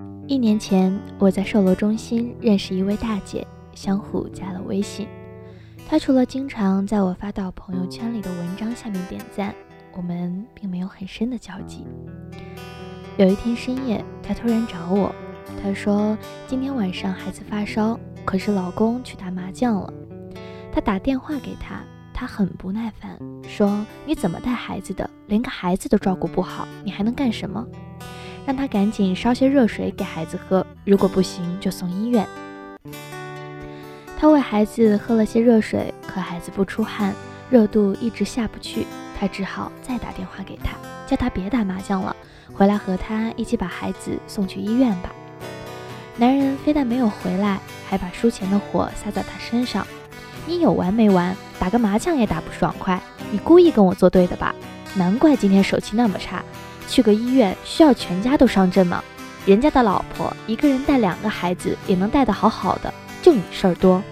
1年前，我在售楼中心认识一位大姐，相互加了微信。她除了经常在我发到朋友圈里的文章下面点赞，我们并没有很深的交集。有一天深夜，她突然找我，她说今天晚上孩子发烧，可是老公去打麻将了。她打电话给他，他很不耐烦，说你怎么带孩子的，连个孩子都照顾不好，你还能干什么？让他赶紧烧些热水给孩子喝，如果不行就送医院。他为孩子喝了些热水，可孩子不出汗，热度一直下不去，他只好再打电话给他，叫他别打麻将了，回来和他一起把孩子送去医院吧。男人非但没有回来，还把输钱的火撒在他身上。你有完没完？打个麻将也打不爽快，你故意跟我作对的吧？难怪今天手气那么差，去个医院需要全家都上阵吗？人家的老婆一个人带2个孩子也能带得好好的，就你事儿多。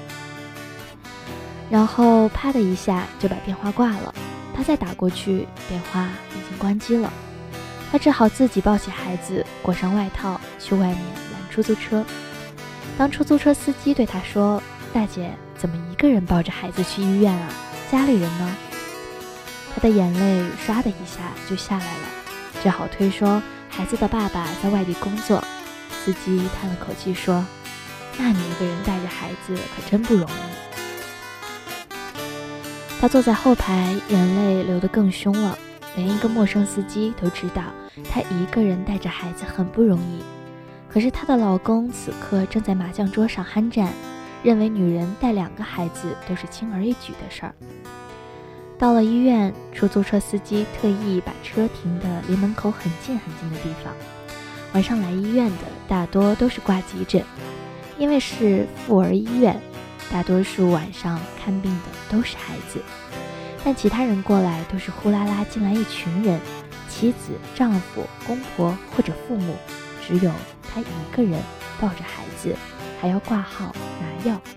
然后啪的一下就把电话挂了，他再打过去，电话已经关机了。他只好自己抱起孩子，裹上外套去外面拦出租车。当出租车司机对他说，大姐怎么一个人抱着孩子去医院啊？家里人呢？他的眼泪唰的一下就下来了，只好推说孩子的爸爸在外地工作。司机叹了口气说，那你一个人带着孩子可真不容易。他坐在后排，眼泪流得更凶了，连一个陌生司机都知道他一个人带着孩子很不容易。可是她的老公此刻正在麻将桌上酣战，认为女人带2个孩子都是轻而易举的事儿。到了医院，出租车司机特意把车停得离门口很近很近的地方。晚上来医院的大多都是挂急诊，因为是妇儿医院，大多数晚上看病的都是孩子。但其他人过来都是呼啦啦进来一群人，妻子、丈夫、公婆或者父母，只有他一个人抱着孩子，还要挂号拿药。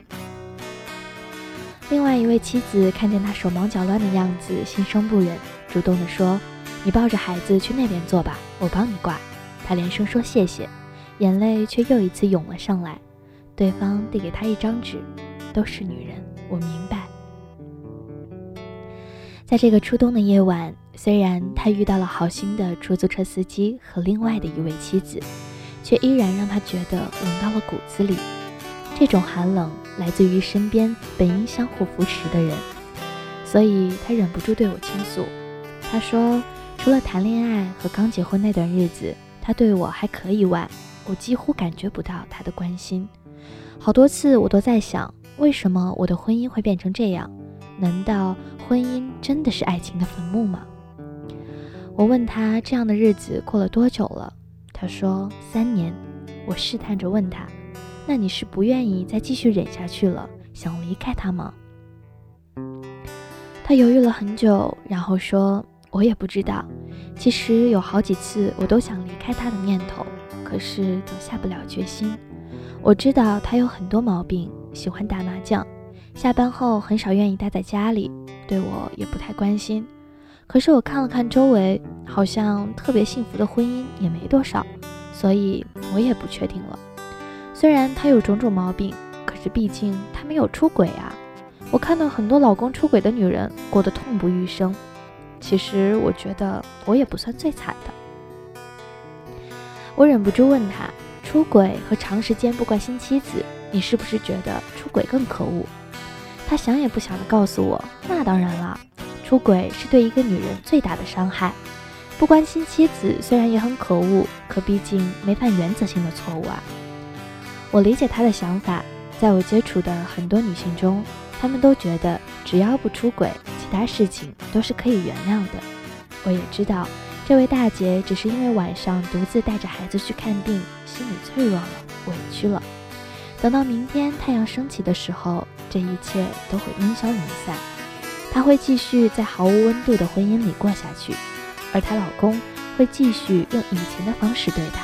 另外一位妻子看见他手忙脚乱的样子，心生不忍，主动地说，你抱着孩子去那边坐吧，我帮你挂。他连声说谢谢，眼泪却又一次涌了上来。对方递给他一张纸，都是女人，我明白。在这个初冬的夜晚，虽然他遇到了好心的出租车司机和另外的一位妻子，却依然让他觉得冷到了骨子里。这种寒冷来自于身边本应相互扶持的人，所以他忍不住对我倾诉。他说，除了谈恋爱和刚结婚那段日子，他对我还可以外，我几乎感觉不到他的关心。好多次我都在想，为什么我的婚姻会变成这样？难道婚姻真的是爱情的坟墓吗？我问他这样的日子过了多久了，他说3年。我试探着问他，那你是不愿意再继续忍下去了，想离开他吗？他犹豫了很久，然后说，我也不知道，其实有好几次我都想离开他的念头，可是总下不了决心。我知道他有很多毛病，喜欢打麻将，下班后很少愿意待在家里，对我也不太关心。可是我看了看周围，好像特别幸福的婚姻也没多少，所以我也不确定了。虽然他有种种毛病，可是毕竟他没有出轨啊。我看到很多老公出轨的女人过得痛不欲生，其实我觉得我也不算最惨的。我忍不住问他，出轨和长时间不关心妻子，你是不是觉得出轨更可恶？他想也不想地告诉我，那当然了，出轨是对一个女人最大的伤害。不关心妻子虽然也很可恶，可毕竟没犯原则性的错误啊。我理解他的想法，在我接触的很多女性中，她们都觉得只要不出轨，其他事情都是可以原谅的。我也知道，这位大姐只是因为晚上独自带着孩子去看病，心里脆弱了，委屈了。等到明天太阳升起的时候，这一切都会烟消云散。她会继续在毫无温度的婚姻里过下去，而她老公会继续用以前的方式对她。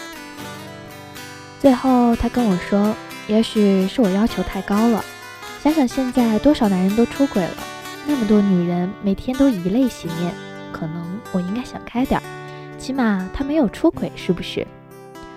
最后她跟我说，也许是我要求太高了，想想现在多少男人都出轨了，那么多女人每天都以泪洗面，可能我应该想开点，起码他没有出轨，是不是？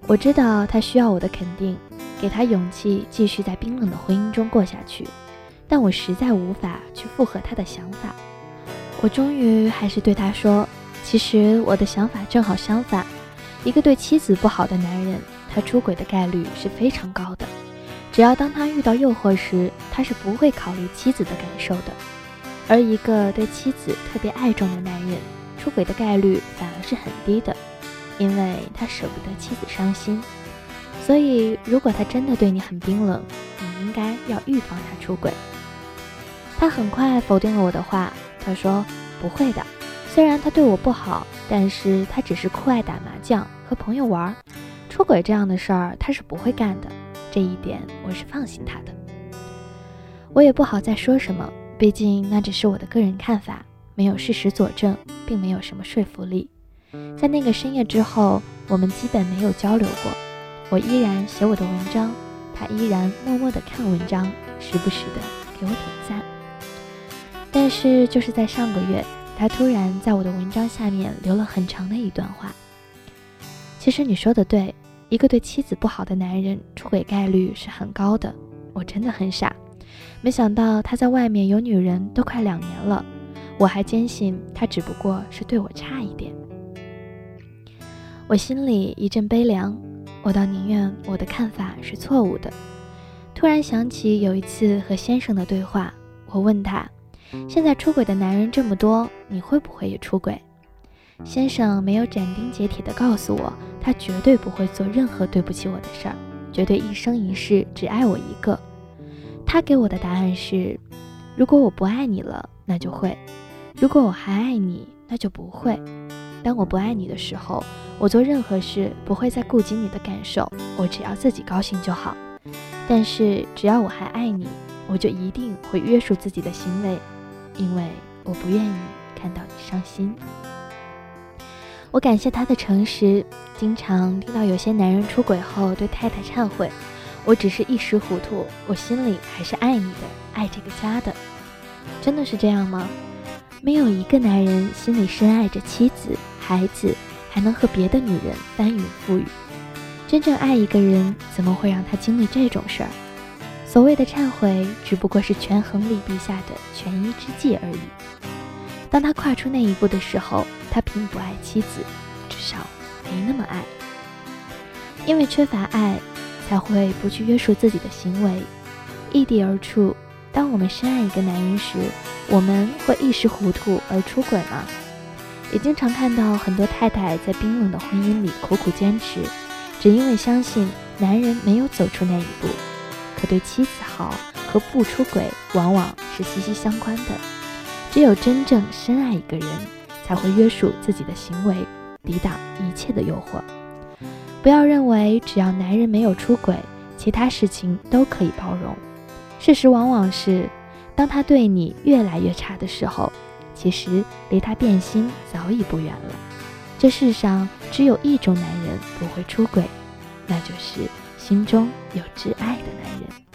我知道他需要我的肯定，给他勇气继续在冰冷的婚姻中过下去，但我实在无法去附和他的想法。我终于还是对他说，其实我的想法正好相反，一个对妻子不好的男人，他出轨的概率是非常高的，只要当他遇到诱惑时，他是不会考虑妻子的感受的。而一个对妻子特别爱重的男人，出轨的概率反而是很低的，因为他舍不得妻子伤心。所以如果他真的对你很冰冷，你应该要预防他出轨。他很快否定了我的话，他说不会的，虽然他对我不好，但是他只是酷爱打麻将和朋友玩，出轨这样的事儿他是不会干的，这一点我是放心他的。我也不好再说什么，毕竟那只是我的个人看法，没有事实佐证，并没有什么说服力。在那个深夜之后，我们基本没有交流过，我依然写我的文章，他依然默默地看文章，时不时地给我点赞。但是就是在上个月，他突然在我的文章下面留了很长的一段话。其实你说的对，一个对妻子不好的男人出轨概率是很高的，我真的很傻，没想到他在外面有女人都快2年了，我还坚信他只不过是对我差一点。我心里一阵悲凉，我倒宁愿我的看法是错误的。突然想起有一次和先生的对话，我问他，现在出轨的男人这么多，你会不会也出轨？先生没有斩钉截铁地告诉我，他绝对不会做任何对不起我的事儿，绝对一生一世只爱我一个。他给我的答案是，如果我不爱你了，那就会；如果我还爱你，那就不会。当我不爱你的时候，我做任何事不会再顾及你的感受，我只要自己高兴就好。但是只要我还爱你，我就一定会约束自己的行为，因为我不愿意看到你伤心。我感谢他的诚实，经常听到有些男人出轨后对太太忏悔，我只是一时糊涂，我心里还是爱你的，爱这个家的。真的是这样吗？没有一个男人心里深爱着妻子、孩子，还能和别的女人翻云覆雨。真正爱一个人，怎么会让他经历这种事儿？所谓的忏悔，只不过是权衡利弊下的权宜之计而已。当他跨出那一步的时候，他并不爱妻子，至少没那么爱。因为缺乏爱，才会不去约束自己的行为，异地而处。当我们深爱一个男人时，我们会一时糊涂而出轨吗？也经常看到很多太太在冰冷的婚姻里苦苦坚持，只因为相信男人没有走出那一步。可对妻子好和不出轨往往是息息相关的，只有真正深爱一个人，才会约束自己的行为，抵挡一切的诱惑。不要认为只要男人没有出轨，其他事情都可以包容。事实往往是，当他对你越来越差的时候，其实离他变心早已不远了。这世上只有一种男人不会出轨，那就是心中有挚爱的男人。